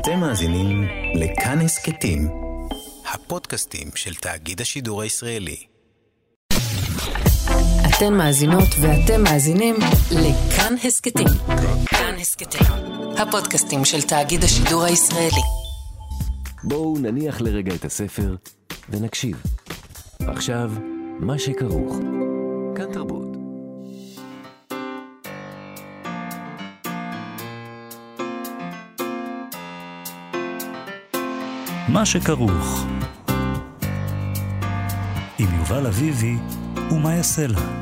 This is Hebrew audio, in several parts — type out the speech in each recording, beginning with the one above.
אתם מאזינים לכאן הסכתים, הפודקאסטים של תאגיד השידור הישראלי. אתן מאזינות ואתם מאזינים לכאן הסכתים. כאן הסכתים, הפודקאסטים של תאגיד השידור הישראלי. בואו נניח לרגע את הספר ונקשיב. עכשיו, מה שכרוך. כאן תרבות. מה שכרוך. עם יובל אביבי ומה יעשה לה.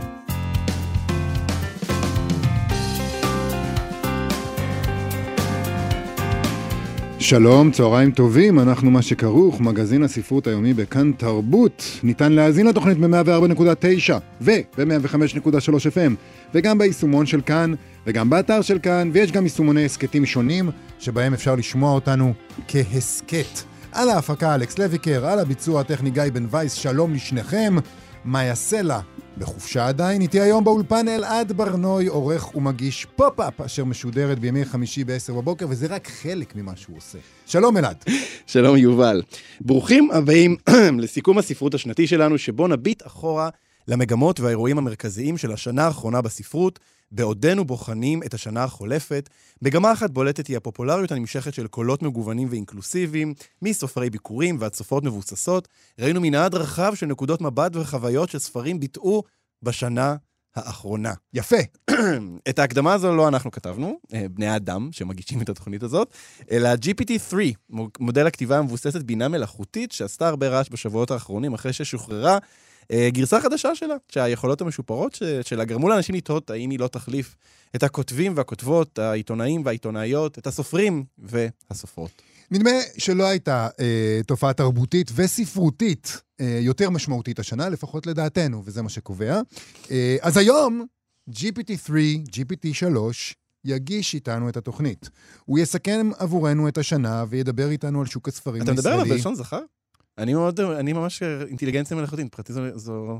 שלום, צהריים טובים, אנחנו מה שכרוך, מגזין הספרות היומי בכאן תרבות. ניתן להאזין לתוכנית ב-104.9 וב-105.3 FM, וגם ביישומון של כאן, וגם באתר של כאן, ויש גם יישומוני הסקטים שונים, שבהם אפשר לשמוע אותנו כהסקט. על ההפקה אלכס לויקר, על הביצוע הטכני גיא בן וייס, שלום לשניכם. מאיה סלע, בחופשה עדיין, איתי היום באולפן אלעד ברנוי, עורך ומגיש פופ-אפ, אשר משודרת בימי חמישי ב-10 בבוקר, וזה רק חלק ממה שהוא עושה. שלום אלעד. שלום יובל. ברוכים הבאים לסיכום הספרות השנתי שלנו, שבו נביט אחורה למגמות והאירועים המרכזיים של השנה האחרונה בספרות, בעודנו בוחנים את השנה החולפת. מגמה אחת בולטת היא הפופולריות הנמשכת של קולות מגוונים ואינקלוסיביים, מסופרי ביקורים ועד סופרות מבוססות. ראינו מנעד רחב של נקודות מבט וחוויות שספרים ביטאו בשנה האחרונה. יפה. את ההקדמה הזו לא אנחנו כתבנו, בני האדם שמגישים את התוכנית הזאת, אלא GPT-3, מודל הכתיבה המבוססת בינה מלאכותית, שעשתה הרבה רעש בשבועות האחרונים אחרי ששוחררה, גרסה חדשה שלה, שהיכולות המשופרות שלה גרמו לאנשים לתהות האם היא לא תחליף את הכותבים והכותבות, העיתונאים והעיתונאיות, את הסופרים והסופרות. נדמה שלא הייתה תופעה תרבותית וספרותית יותר משמעותית השנה, לפחות לדעתנו, וזה מה שקובע. אז היום, GPT-3, GPT-3, יגיש איתנו את התוכנית. הוא יסכם עבורנו את השנה וידבר איתנו על שוק הספרים הישראלי. אתה מדבר עליו בלשון זכר? אני ממש אינטליגנציה מלאכותית, פרטי זו...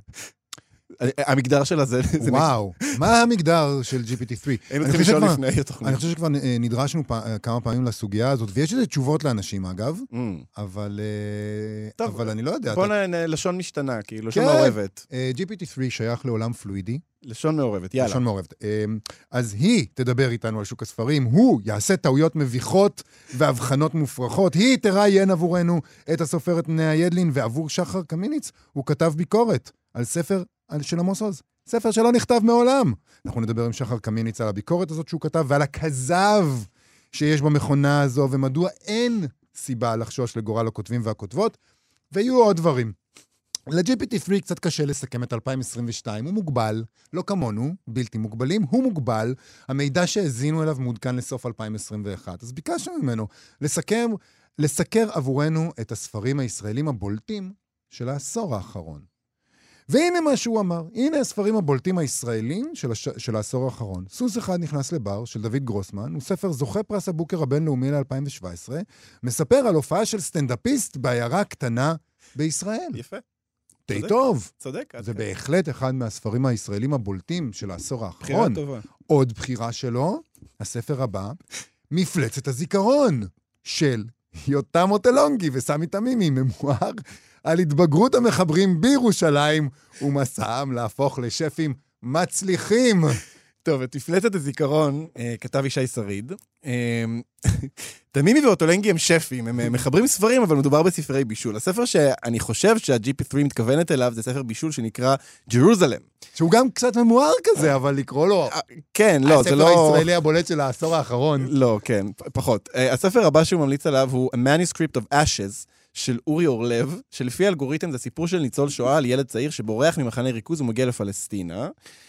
המגדר שלה זה... וואו, מה המגדר של GPT-3? היינו צריכים לשאול לפני התוכנית. אני חושב שכבר נדרשנו כמה פעמים לסוגיה הזאת, ויש איזה תשובות לאנשים אגב, אבל אני לא יודע. בוא לשון משתנה, כי לשון מעורבת. GPT-3 שייך לעולם פלואידי. לשון מעורבת, יאללה. לשון מעורבת. אז היא תדבר איתנו על שוק הספרים, הוא יעשה טעויות מביכות והבחנות מופרכות, היא תראיין עבורנו את הסופרת נאה ידלין, ועבור שחר קמיניץ הוא כתב ביקורת על ספר של עמוס עוז. ספר שלא נכתב מעולם. אנחנו נדבר עם שחר קמיניץ על הביקורת הזאת שהוא כתב, ועל הכזב שיש במכונה הזו, ומדוע אין סיבה לחשוש לגורל הכותבים והכותבות, ויהיו עוד דברים. ל-GPT-3 קצת קשה לסכם את 2022, הוא מוגבל, לא כמונו, בלתי מוגבלים, הוא מוגבל, המידע שהזינו אליו מעודכן לסוף 2021. אז ביקשנו ממנו לסקר עבורנו את הספרים הישראלים הבולטים של העשור האחרון. והנה מה שהוא אמר, הנה הספרים הבולטים הישראלים של העשור האחרון. סוס אחד נכנס לבר של דוד גרוסמן, הוא ספר זוכה פרס הבוקר הבינלאומי ל-2017, מספר על הופעה של סטנדאפיסט בעיירה קטנה בישראל. יפה. די טוב. צודק. זה בהחלט אחד מהספרים הישראלים הבולטים של העשור האחרון. בחירה טובה. עוד בחירה שלו, הספר הבא, מפלצת הזיכרון של יותם מוטלונגי וסמי תמימי, ממואר על התבגרות המחברים בירושלים ומסעם להפוך לשפים מצליחים. טוב, את מפלצת הזיכרון כתב ישי שריד. תמימי ואוטולנגי הם שפים, הם מחברים ספרים, אבל מדובר בספרי בישול. הספר שאני חושב שה-GP3 מתכוונת אליו, זה ספר בישול שנקרא ג'רוזלם. שהוא גם קצת ממואר כזה, אבל לקרוא לו... כן, לא, זה לא... הספר הישראלי הבולט של העשור האחרון. לא, כן, פחות. הספר הבא שהוא ממליץ עליו הוא A Manuscript of Ashes, של אורי אורלב, שלפי אלגוריתם זה סיפור של ניצול שואה על ילד צעיר שבורח ממחנה ריכוז ומגיע לפלסטינה.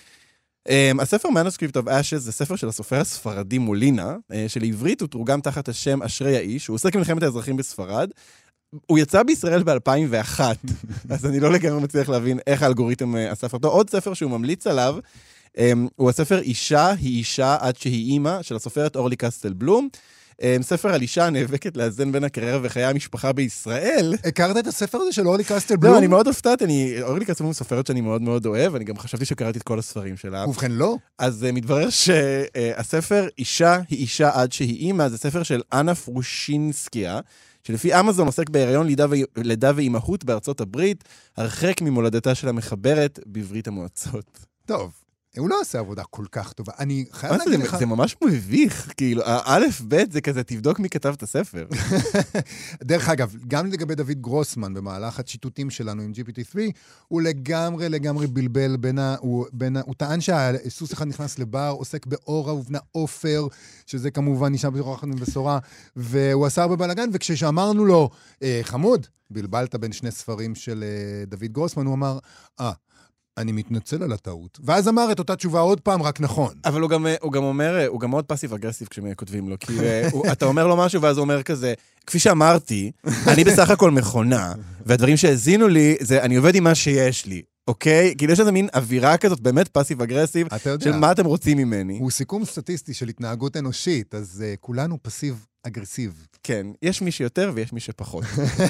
הספר Manuscript of Ashes זה ספר של הסופר הספרדי מולינה, שלעברית הוא תורגם תחת השם אשרי האיש, הוא עוסק במלחמת האזרחים בספרד, הוא יצא בישראל ב-2001, אז אני לא לגמרי מצליח להבין איך האלגוריתם אסף אותו. עוד ספר שהוא ממליץ עליו, הוא הספר אישה היא אישה עד שהיא אימא, של הסופרת אורלי קסטל בלום, ספר על אישה נאבקת לאזן בין הקריירה וחיי המשפחה בישראל. הכרת את הספר הזה של אורלי קסטל-בלום? לא, אני מאוד הופתעת, אורלי קסטל-בלום סופרת שאני מאוד מאוד אוהב, אני גם חשבתי שקראתי את כל הספרים שלה. ובכן לא. אז מתברר שהספר אישה היא אישה עד שהיא אימא, זה ספר של אנה פרושינסקיה, שלפי אמזון עוסק בהיריון לידה ואימהות בארצות הברית, הרחק ממולדתה של המחברת בברית המועצות. טוב. הוא לא עושה עבודה כל כך טובה. אני חייב להגיד לך... זה ממש מביך, כאילו, האלף בית זה כזה, תבדוק מי כתב את הספר. דרך אגב, גם לגבי דוד גרוסמן, במהלך הציטוטים שלנו עם GPT-3, הוא לגמרי בלבל הוא טען שהסוס אחד נכנס לבר, עוסק באורה ובנה אופר, שזה כמובן נשאר בתוך בשורה, והוא עשה הרבה בלגן, וכשאמרנו לו, חמוד, בלבלת בין שני ספרים של דוד גרוסמן, הוא אמר, אני מתנצל על הטעות. ואז אמר את אותה תשובה עוד פעם, רק נכון. אבל הוא גם אומר, הוא גם מאוד פסיב-אגרסיב כשכותבים לו, כי אתה אומר לו משהו, ואז הוא אומר כזה, כפי שאמרתי, אני בסך הכל מכונה, והדברים שהזינו לי, זה אני עובד עם מה שיש לי, אוקיי? כאילו יש איזה מין אווירה כזאת, באמת פסיב-אגרסיב, של מה אתם רוצים ממני. הוא סיכום סטטיסטי של התנהגות אנושית, אז כולנו פסיב-אגרסיב. כן, יש מי שיותר ויש מי שפחות.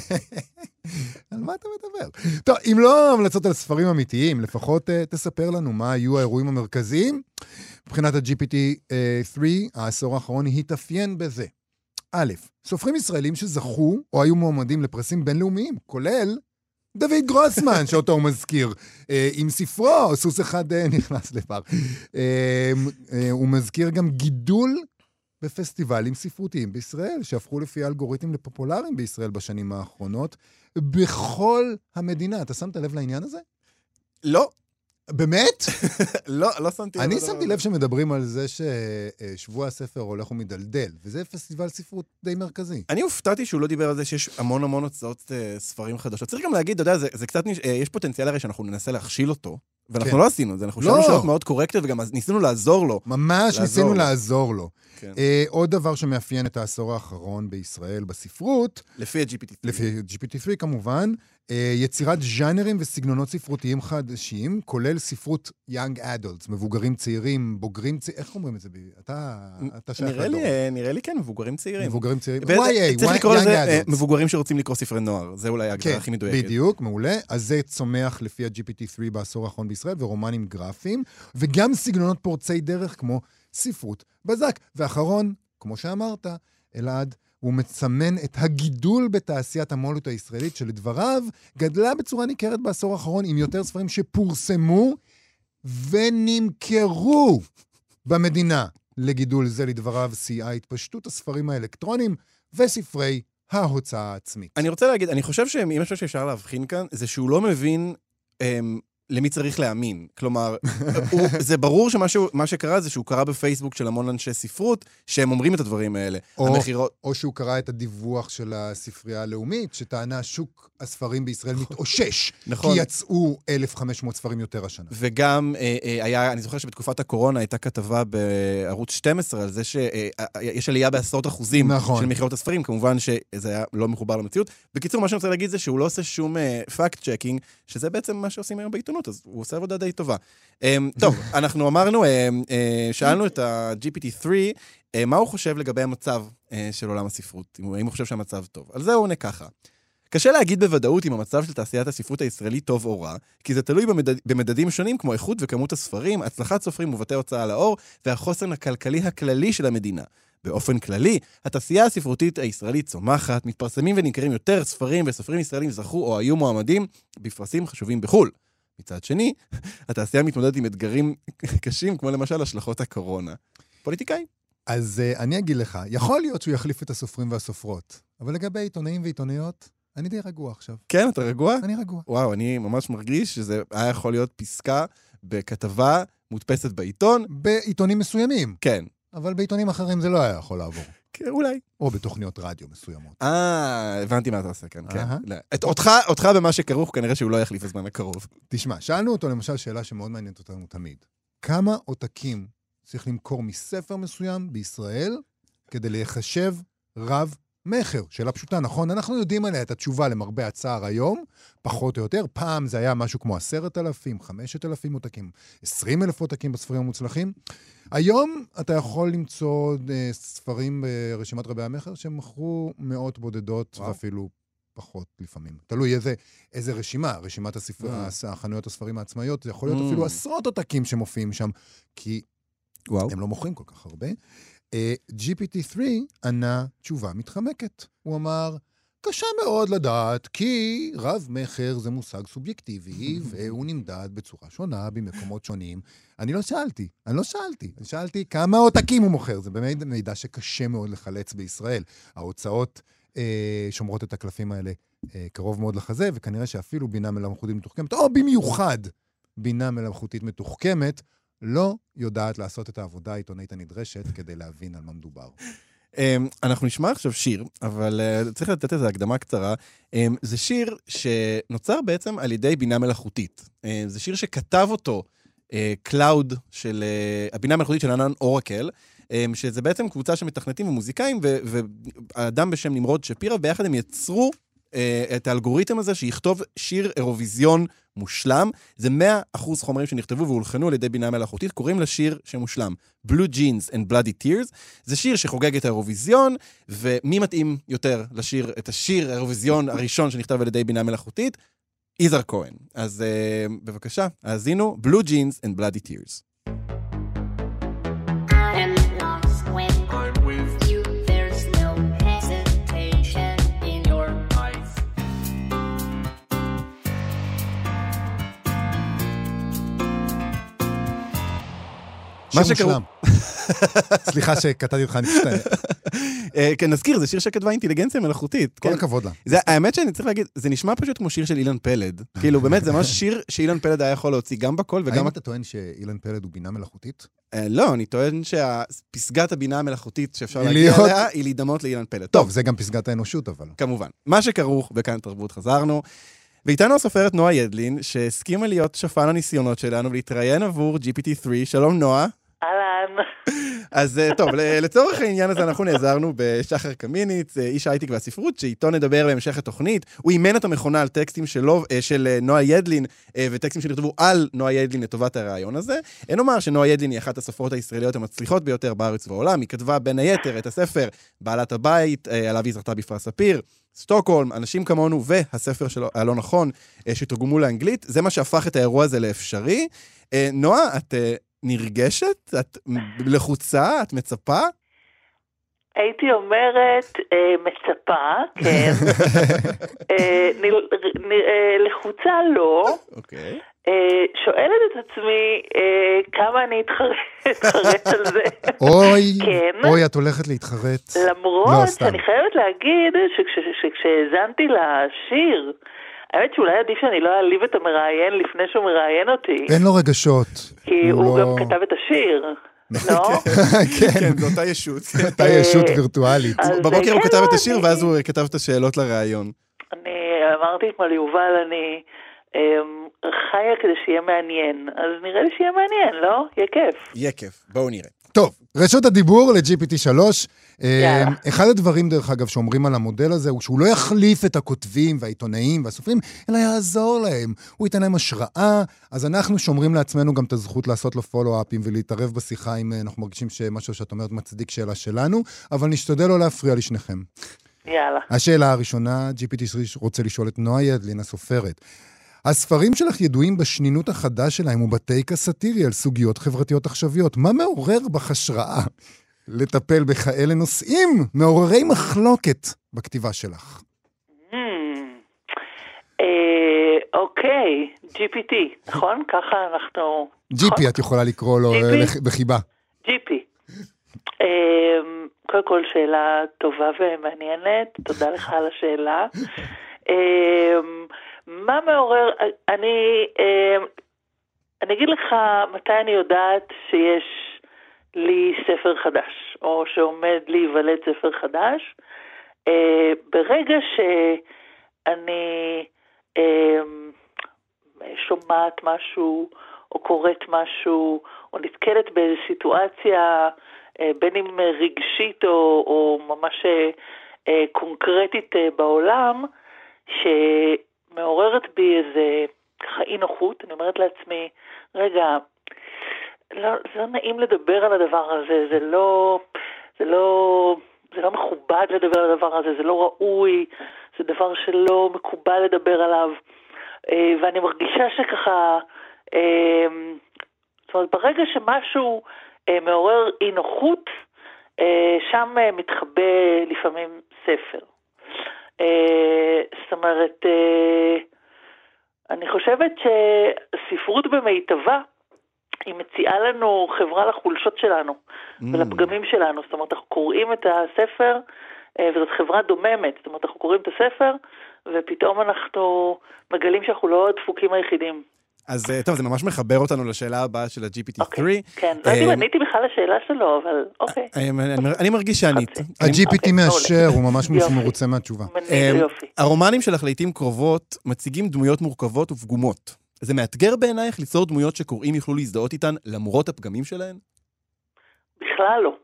על מה אתה מדבר? טוב, אם לא המלצות על ספרים אמיתיים, לפחות תספר לנו מה היו האירועים המרכזיים. מבחינת ה-GPT-3, העשור האחרון התאפיין בזה. א', סופרים ישראלים שזכו או היו מועמדים לפרסים בינלאומיים, כולל דוד גרוסמן, שאותו הוא מזכיר, עם ספרו, סוס אחד נכנס לבר. הוא מזכיר גם גידול בפסטיבלים ספרותיים בישראל, שהפכו לפי האלגוריתם לפופולריים בישראל בשנים האחרונות, בכל המדינה. אתה שמת לב לעניין הזה? לא. באמת? לא שמתי לב. אני שמתי לב שמדברים על זה ששבוע הספר הולך ומדלדל, וזה פסטיבל ספרות די מרכזי. אני הופתעתי שהוא לא דיבר על זה שיש המון הוצאות ספרים חדשות. צריך גם להגיד, אתה יודע, זה קצת, יש פוטנציאל הרי שאנחנו ננסה להכשיל אותו, ואנחנו לא עשינו את זה, אנחנו שאלנו שאלות מאוד קורקטיות, וגם ניסינו לעזור לו. ממש ניסינו לעזור לו. עוד דבר שמאפיין את העשור האחרון בישראל בספרות, לפי ה-GPT-3. לפי ה-GPT-3 כמובן, יצירת ז'אנרים וסגנונות ספרותיים חדשים, כולל ספרות young adults, מבוגרים צעירים, בוגרים צעירים, איך אומרים את זה? אתה שייך לדור. נראה לי כן, מבוגרים צעירים. מבוגרים צעירים. צריך לקרוא לזה מבוגרים שרוצים לקרוא ספרי נוער, זה אולי ההגדרה הכי מדויקת. בדיוק, מעולה. אז זה צומח לפי ה-GPT-3 בעשור האחרון בישראל, ורומנים גרפיים, וגם סגנונות פורצי דרך כמו ספרות בזק. ואחרון, כמו שאמרת, אלעד, הוא מצמן את הגידול בתעשיית המו"לות הישראלית, שלדבריו גדלה בצורה ניכרת בעשור האחרון, עם יותר ספרים שפורסמו ונמכרו במדינה. לגידול זה לדבריו סייעה התפשטות הספרים האלקטרוניים וספרי ההוצאה העצמית. אני רוצה להגיד, אני חושב שאם יש משהו שאפשר להבחין כאן, זה שהוא לא מבין למי צריך להאמין. כלומר, זה ברור שמה שקרה זה שהוא קרא בפייסבוק של המון אנשי ספרות, שהם אומרים את הדברים האלה. או שהוא קרא את הדיווח של הספרייה הלאומית, שטענה שוק הספרים בישראל מתאושש, כי יצאו 1,500 ספרים יותר השנה. וגם היה, אני זוכר שבתקופת הקורונה הייתה כתבה בערוץ 12 על זה שיש עלייה בעשרות אחוזים של מכירות הספרים, כמובן שזה היה לא מחובר למציאות. בקיצור, מה שאני רוצה להגיד זה שהוא לא עושה שום פאקט צ'קינג, שזה בעצם מה שעושים היום בעיתונות, אז הוא עושה עבודה די טובה. טוב, אנחנו אמרנו, שאלנו את ה-GPT-3, מה הוא חושב לגבי המצב של עולם הספרות, אם הוא חושב שהמצב טוב. על זה הוא עונה ככה. קשה להגיד בוודאות אם המצב של תעשיית הספרות הישראלית טוב או רע, כי זה תלוי במדדים שונים כמו איכות וכמות הספרים, הצלחת סופרים ובתי הוצאה לאור, והחוסן הכלכלי הכללי של המדינה. באופן כללי, התעשייה הספרותית הישראלית צומחת, מתפרסמים ונמכרים יותר ספרים וסופרים ישראלים זכו או היו מועמדים בפרסים חשובים בחו"ל. מצד שני, התעשייה מתמודדת עם אתגרים קשים, כמו למשל השלכות הקורונה. פוליטיקאי? אז אני אגיד לך, יכול להיות שהוא יחליף את הסופרים והסופרות, אבל לגבי עיתונאים ועיתונאיות, אני די רגוע עכשיו. כן, אתה רגוע? אני רגוע. וואו, אני ממש מרגיש שזה היה יכול להיות פסקה בכתבה מודפסת בעיתון. בעיתונים מסוימים. כן. אבל בעיתונים אחרים זה לא היה יכול לעבור. כן, אולי. או בתוכניות רדיו מסוימות. הבנתי מה אתה עושה כאן, כן. אותך במה שכרוך, כנראה שהוא לא יחליף בזמן הקרוב. תשמע, שאלנו אותו למשל שאלה שמאוד מעניינת אותנו תמיד. כמה עותקים צריך למכור מספר מסוים בישראל כדי להיחשב רב מחר, שאלה פשוטה, נכון? אנחנו יודעים עליה את התשובה למרבה הצער היום, פחות או יותר. פעם זה היה משהו כמו 10,000, 5,000 עותקים, 20,000 עותקים בספרים המוצלחים. היום אתה יכול למצוא ספרים ברשימת רבי המחר שמכרו מאות בודדות ואפילו פחות לפעמים. תלוי איזה רשימה, רשימת החנויות הספרים העצמאיות, זה יכול להיות אפילו עשרות עותקים שמופיעים שם, כי הם לא מוכרים כל כך הרבה. GPT-3 ענה תשובה מתחמקת. הוא אמר, קשה מאוד לדעת, כי רב מחר זה מושג סובייקטיבי, והוא נמדד בצורה שונה במקומות שונים. אני שאלתי כמה עותקים הוא מוכר. זה באמת מידע שקשה מאוד לחלץ בישראל. ההוצאות שומרות את הקלפים האלה קרוב מאוד לחזה, וכנראה שאפילו בינה מלאכותית מתוחכמת, או במיוחד בינה מלאכותית מתוחכמת, לא יודעת לעשות את העבודה העיתונאית הנדרשת כדי להבין על מה מדובר. אנחנו נשמע עכשיו שיר, אבל צריך לתת איזו הקדמה קצרה. זה שיר שנוצר בעצם על ידי בינה מלאכותית. זה שיר שכתב אותו קלאוד של הבינה מלאכותית של ענן אורקל, שזה בעצם קבוצה של מתכנתים ומוזיקאים, והאדם בשם נמרוד שפירא, ביחד הם יצרו את האלגוריתם הזה שיכתוב שיר אירוויזיון מושלם. זה 100% חומרים שנכתבו והולחנו על ידי בינה מלאכותית, קוראים לשיר שמושלם Blue Jeans and Bloody Tears. זה שיר שחוגג את האירוויזיון, ומי מתאים יותר לשיר את השיר האירוויזיון הראשון שנכתב על ידי בינה מלאכותית? יזהר כהן. אז בבקשה, האזינו Blue Jeans and Bloody Tears. מה שקרום. סליחה שקטעתי אותך, אני פשוט... כן, נזכיר, זה שיר שכתבה אינטליגנציה מלאכותית. כל הכבוד לה. האמת שאני צריך להגיד, זה נשמע פשוט כמו שיר של אילן פלד. כאילו, באמת, זה ממש שיר שאילן פלד היה יכול להוציא גם בקול וגם... האם אתה טוען שאילן פלד הוא בינה מלאכותית? לא, אני טוען שפסגת הבינה המלאכותית שאפשר להגיע אליה, היא להידמות לאילן פלד. טוב, זה גם פסגת האנושות, אבל. כמובן. מה שכרוך בכאן תרבות חזרנו. ואיתנו הסופרת נועה ידלין, שהסכימה להיות שפן הניסיונות שלנו ולהתראיין עבור GPT-3. שלום נועה. אהלן. אז טוב, לצורך העניין הזה אנחנו נעזרנו בשחר קמיניץ, איש ההייטק והספרות, שאיתו נדבר בהמשך התוכנית. הוא אימן את המכונה על טקסטים של נועה ידלין, וטקסטים שנכתבו על נועה ידלין לטובת הרעיון הזה. אין אומר שנועה ידלין היא אחת הסופרות הישראליות המצליחות ביותר בארץ ובעולם. היא כתבה בין היתר את הספר בעלת הבית, עליו היא זכתה בפרס ספיר, סטוקהולם, אנשים כמונו, והספר שלו, הלא נכון, שתרגמו לאנגלית. זה מה שהפך את האירוע הזה לאפשרי. נועה, את נרגשת? את לחוצה? את מצפה? הייתי אומרת מצפה, כן. לחוצה לא. אוקיי. שואלת את עצמי כמה אני אתחרט על זה. אוי, את הולכת להתחרט. למרות שאני חייבת להגיד שכשהאזנתי לשיר, האמת שאולי עדיף שאני לא אעליב את המראיין לפני שהוא מראיין אותי. אין לו רגשות. כי הוא גם כתב את השיר, לא? כן, זו אותה ישות. אותה ישות וירטואלית. בבוקר הוא כתב את השיר, ואז הוא כתב את השאלות לראיון. אני אמרתי את מה ליובל, אני חיה כדי שיהיה מעניין. אז נראה לי שיהיה מעניין, לא? יהיה כיף. יהיה כיף, בואו נראה. טוב, רשות הדיבור ל-GPT-3. אחד הדברים, דרך אגב, שאומרים על המודל הזה, הוא שהוא לא יחליף את הכותבים והעיתונאים והסופרים, אלא יעזור להם. הוא ייתן להם השראה, אז אנחנו שומרים לעצמנו גם את הזכות לעשות לו פולו-אפים ולהתערב בשיחה אם אנחנו מרגישים שמשהו שאת אומרת מצדיק שאלה שלנו, אבל נשתדל לא להפריע לשניכם. יאללה. השאלה הראשונה, GPT-3 רוצה לשאול את נועה ידלין, הסופרת. הספרים שלך ידועים בשנינות החדש שלהם ובטייק הסאטירי על סוגיות חברתיות עכשוויות. מה מעורר בך השראה לטפל בכאלה נושאים מעוררי מחלוקת בכתיבה שלך? אוקיי, GPT, נכון? ככה אנחנו... GP, את יכולה לקרוא לו בחיבה. GP. קודם כל שאלה טובה ומעניינת, תודה לך על השאלה. מה מעורר, אני אגיד לך מתי אני יודעת שיש לי ספר חדש, או שעומד להיוולד ספר חדש, ברגע שאני שומעת משהו, או קוראת משהו, או נתקלת באיזו סיטואציה, בין אם רגשית או ממש קונקרטית בעולם, שמעוררת בי איזה ככה אי נוחות. אני אומרת לעצמי, רגע, זה לא נעים לדבר על הדבר הזה, זה לא מכובד לדבר על הדבר הזה, זה לא ראוי, זה דבר שלא מקובל לדבר עליו, ואני מרגישה שככה, זאת אומרת, ברגע שמשהו מעורר אי נוחות, שם מתחבא לפעמים ספר. זאת אומרת, אני חושבת שספרות במיטבה, היא מציעה לנו חברה לחולשות שלנו ולפגמים שלנו. זאת אומרת, אנחנו קוראים את הספר, וזאת חברה דוממת. זאת אומרת, אנחנו קוראים את הספר, ופתאום אנחנו מגלים שאנחנו לא הדפוקים היחידים. אז טוב, זה ממש מחבר אותנו לשאלה הבאה של ה-GPT-3. כן, לא יודעת אם עניתי בכלל לשאלה שלו, אבל אוקיי. אני מרגיש שענית. ה-GPT מאשר, הוא ממש מרוצה מהתשובה. הרומנים שלך לעתים קרובות מציגים דמויות מורכבות ופגומות. זה מאתגר בעינייך ליצור דמויות שקוראים יוכלו להזדהות איתן למרות הפגמים שלהן? בכלל לא.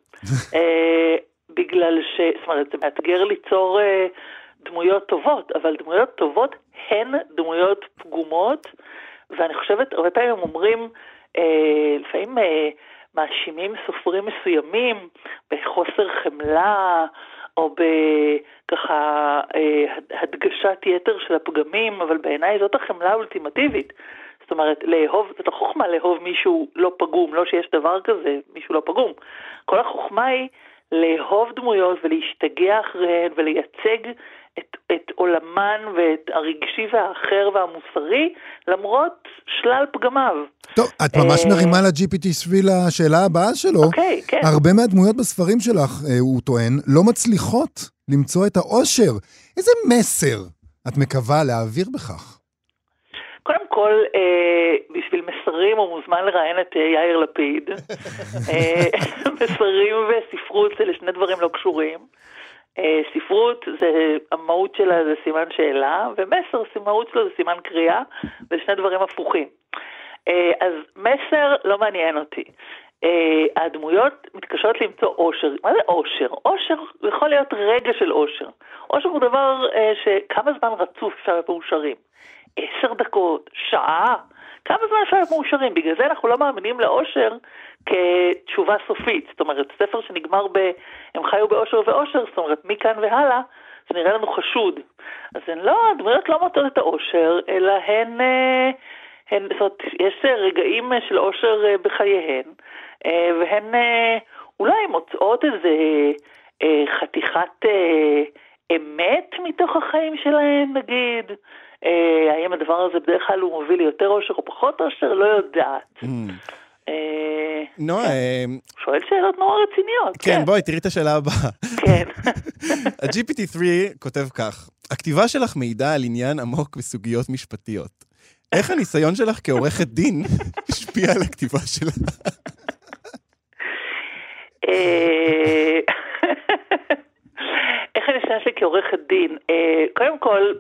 בגלל זאת אומרת, זה מאתגר ליצור דמויות טובות, אבל דמויות טובות הן דמויות פגומות, ואני חושבת, הרבה פעמים הם אומרים, לפעמים מאשימים סופרים מסוימים בחוסר חמלה, או בככה הדגשת יתר של הפגמים, אבל בעיניי זאת החמלה האולטימטיבית. זאת אומרת, זאת לא חוכמה לאהוב מישהו לא פגום, לא שיש דבר כזה, מישהו לא פגום. כל החוכמה היא לאהוב דמויות ולהשתגע אחריהן ולייצג את עולמן ואת הרגשי והאחר והמוסרי, למרות שלל פגמיו. טוב, את ממש מרימה ל-GPT-3 לשאלה הבאה שלו. אוקיי, כן. הרבה מהדמויות בספרים שלך, הוא טוען, לא מצליחות למצוא את האושר. איזה מסר את מקווה להעביר בכך? קודם כל, בשביל מסרים הוא מוזמן לראיין את יאיר לפיד. מסרים וספרות זה לשני דברים לא קשורים. ספרות, המהות שלה זה סימן שאלה, ומסר, המהות שלו זה סימן קריאה, זה שני דברים הפוכים. אז מסר לא מעניין אותי. הדמויות מתקשות למצוא אושר. מה זה אושר? אושר יכול להיות רגע של אושר. אושר הוא דבר שכמה זמן רצוף אפשר להיות מאושרים. 10 דקות, שעה, כמה זמן אפשר להיות מאושרים. בגלל זה אנחנו לא מאמינים לאושר כתשובה סופית. זאת אומרת, ספר שנגמר הם חיו באושר ואושר, זאת אומרת, מכאן והלאה, זה נראה לנו חשוד. אז הדמויות לא מוצאות את האושר, אלא זאת אומרת, יש רגעים של אושר בחייהן, והן אולי מוצאות איזה חתיכת אמת מתוך החיים שלהן, נגיד. האם הדבר הזה בדרך כלל הוא מוביל ליותר אושר או פחות אושר? לא יודעת. שואל שאלות נורא רציניות. כן, בואי, תראי את השאלה הבאה. כן. ה-GPT-3 כותב כך, הכתיבה שלך מעידה על עניין עמוק בסוגיות משפטיות. איך הניסיון שלך כעורכת דין השפיע על הכתיבה שלך? איך הניסיון שלי כעורכת דין? קודם כל,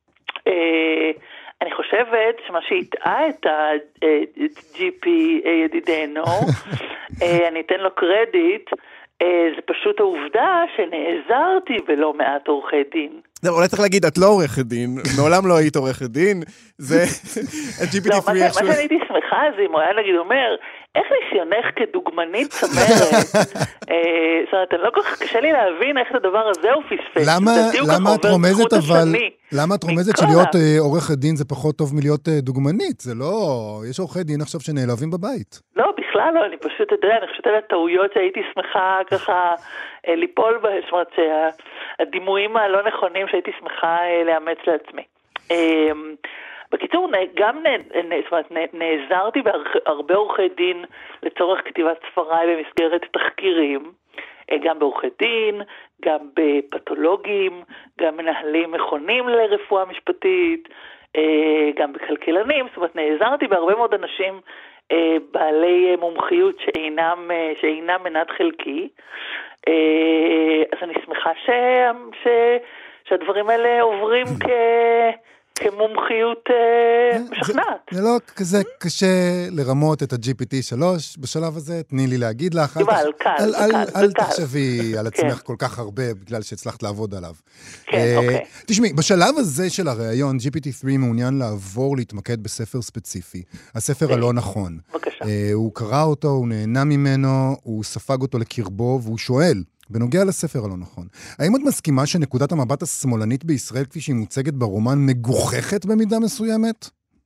אני חושבת שמה שהטעה את ה-GP ידידנו, אני אתן לו קרדיט, זה פשוט העובדה שנעזרתי בלא מעט עורכי דין. אולי צריך להגיד, את לא עורכת דין, מעולם לא היית עורכת דין, זה ה-GPT-3 מה שאני הייתי שמחה זה אם הוא היה נגיד אומר, איך ניסיונך כדוגמנית צמרת? זאת אומרת, אני לא כל כך קשה לי להבין איך את הדבר הזה הוא פספס. למה את רומזת אבל, למה את רומזת שלהיות עורכת דין זה פחות טוב מלהיות דוגמנית? זה לא, יש עורכי דין עכשיו שנעלבים בבית. לא, בכלל לא, אני פשוט יודע, אני חושבת על הטעויות שהייתי שמחה ככה ליפול בה, זאת אומרת שהדימויים הלא נכונים שהייתי שמחה לאמץ לעצמי. בקיצור, גם נעזרתי בהרבה עורכי דין לצורך כתיבת ספריי במסגרת תחקירים, גם בעורכי דין, גם בפתולוגים, גם מנהלים מכונים לרפואה משפטית, גם בכלכלנים, זאת אומרת, נעזרתי בהרבה מאוד אנשים בעלי מומחיות שאינם מנת חלקי, אז אני שמחה שהדברים האלה עוברים כמומחיות משכנעת. זה לא כזה קשה לרמות את ה-GPT-3 בשלב הזה, תני לי להגיד לך. יובל, קל. אל תחשבי על עצמך כל כך הרבה בגלל שהצלחת לעבוד עליו. כן, אוקיי. תשמעי, בשלב הזה של הראיון, GPT-3 מעוניין לעבור להתמקד בספר ספציפי. הספר הלא נכון. בבקשה. הוא קרא אותו, הוא נהנה ממנו, הוא ספג אותו לקרבו, והוא שואל, בנוגע לספר הלא נכון, האם את מסכימה שנקודת המבט השמאלנית בישראל, כפי שהיא מוצגת ברומן, מגוחכת במידה מסוימת?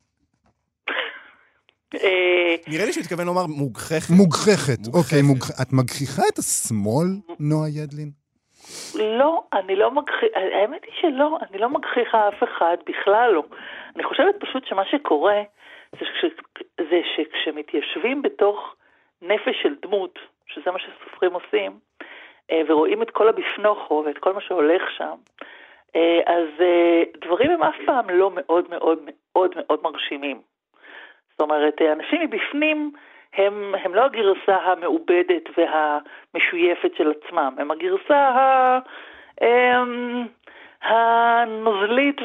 נראה לי שהתכוון לומר מוגחכת. מוגחכת, אוקיי. את מגחיכה את השמאל, נועה ידלין? לא, אני לא מגחיכה, האמת היא שלא, אני לא מגחיכה אף אחד, בכלל לא. אני חושבת פשוט שמה שקורה, זה שכשמתיישבים בתוך נפש של דמות, שזה מה שסופרים עושים, ורואים את כל הבפנוכו ואת כל מה שהולך שם, אז דברים הם אף פעם לא מאוד מאוד מאוד מאוד מרשימים. זאת אומרת, אנשים מבפנים הם לא הגרסה המעובדת והמשויפת של עצמם, הם הגרסה הנוזלית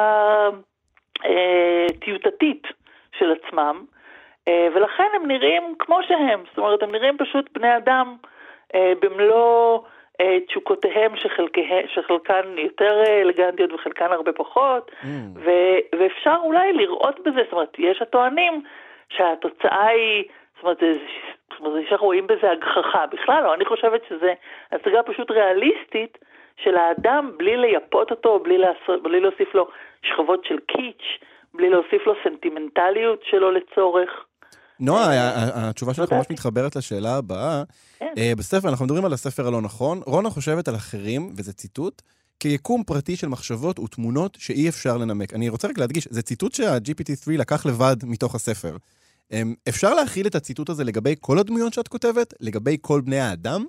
והטיוטתית של עצמם, ולכן הם נראים כמו שהם, זאת אומרת, הם נראים פשוט בני אדם במלוא תשוקותיהם שחלקן יותר אלגנטיות וחלקן הרבה פחות, ואפשר אולי לראות בזה, זאת אומרת, יש הטוענים שהתוצאה היא, זאת אומרת, שאנחנו רואים בזה הגחכה, בכלל לא, אני חושבת שזה הצגה פשוט ריאליסטית של האדם בלי לייפות אותו, בלי להוסיף לו שכבות של קיץ', בלי להוסיף לו סנטימנטליות שלו לצורך. נועה, התשובה שלך ממש מתחברת לשאלה הבאה. בספר, אנחנו מדברים על הספר הלא נכון. רונה חושבת על אחרים, וזה ציטוט, כיקום פרטי של מחשבות ותמונות שאי אפשר לנמק. אני רוצה רק להדגיש, זה ציטוט שה-GPT-3 לקח לבד מתוך הספר. אפשר להכיל את הציטוט הזה לגבי כל הדמויות שאת כותבת? לגבי כל בני האדם?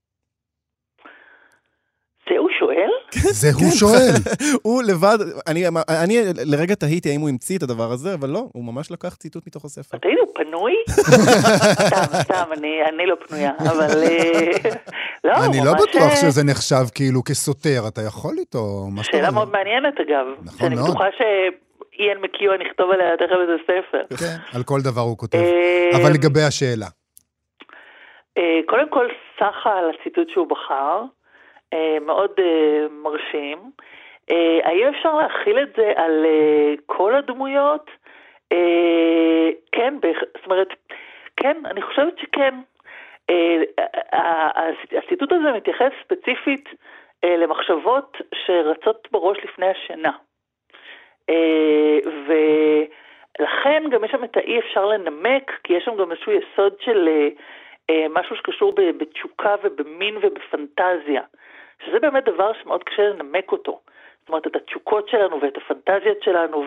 זה הוא שואל? זה הוא שואל. הוא לבד, אני לרגע תהיתי האם הוא המציא את הדבר הזה, אבל לא, הוא ממש לקח ציטוט מתוך הספר. תגיד, הוא פנוי? סתם, אני לא פנויה, אבל לא, אני לא בטוח שזה נחשב כאילו כסותר, אתה יכול איתו? שאלה מאוד מעניינת אגב. נכון מאוד. אני בטוחה שאיין מקיואן נכתוב עליה תכף איזה ספר. כן, על כל דבר הוא כותב. אבל לגבי השאלה. קודם כל, סחה על הציטוט שהוא בחר. מאוד מרשים. האם אפשר להכיל את זה על כל הדמויות? כן, זאת אומרת, כן, אני חושבת שכן. הציטוט הזה מתייחס ספציפית למחשבות שרצות בראש לפני השינה. ולכן גם יש שם את האי אפשר לנמק, כי יש שם גם איזשהו יסוד של משהו שקשור בתשוקה ובמין ובפנטזיה. שזה באמת דבר שמאוד קשה לנמק אותו. זאת אומרת, את התשוקות שלנו ואת הפנטזיות שלנו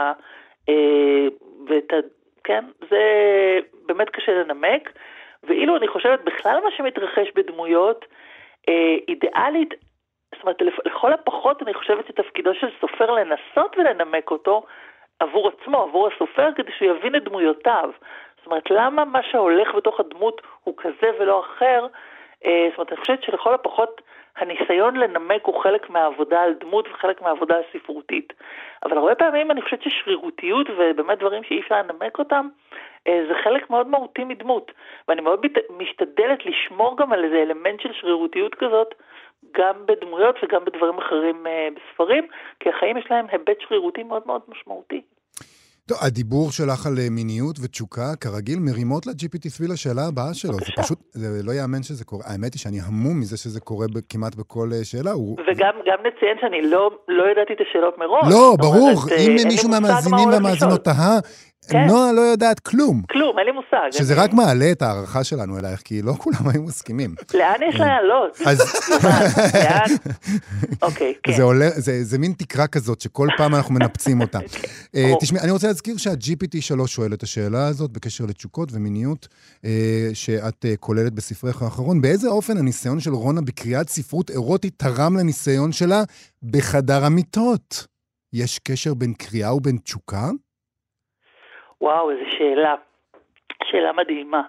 כן, זה באמת קשה לנמק. ואילו אני חושבת בכלל מה שמתרחש בדמויות אידיאלית, זאת אומרת, לכל הפחות אני חושבת שתפקידו של סופר לנסות ולנמק אותו עבור עצמו, עבור הסופר, כדי שהוא יבין את דמויותיו. זאת אומרת, למה מה שהולך בתוך הדמות הוא כזה ולא אחר? זאת אומרת, אני חושבת שלכל הפחות הניסיון לנמק הוא חלק מהעבודה על דמות וחלק מהעבודה הספרותית. אבל הרבה פעמים אני חושבת ששרירותיות ובאמת דברים שאי אפשר לנמק אותם, זה חלק מאוד מהותי מדמות. ואני מאוד משתדלת לשמור גם על איזה אלמנט של שרירותיות כזאת, גם בדמויות וגם בדברים אחרים בספרים, כי החיים יש להם היבט שרירותי מאוד מאוד משמעותי. טוב, הדיבור שלך על מיניות ותשוקה, כרגיל, מרימות ל-GPT-3 לשאלה הבאה שלו. זה פשוט, זה לא יאמן שזה קורה. האמת היא שאני המום מזה שזה קורה כמעט בכל שאלה. וגם נציין שאני לא ידעתי את השאלות מראש. לא, ברור. אם מישהו מהמאזינים והמאזינות תהה, נועה לא יודעת כלום. כלום, אין לי מושג. שזה רק מעלה את הערכה שלנו אלייך, כי לא כולם היו מסכימים. לאן יש לעלות? לאן? אוקיי, כן. זה מין תקרה כזאת שכל פעם אנחנו מנפצים אותה. תשמעי, אני רוצה להזכיר שה-GPT-3 שואל את השאלה הזאת בקשר לתשוקות ומיניות שאת כוללת בספרך האחרון. באיזה אופן הניסיון של רונה בקריאת ספרות אירוטית תרם לניסיון שלה בחדר המיטות? יש קשר בין קריאה ובין תשוקה? וואו, איזו שאלה מדהימה.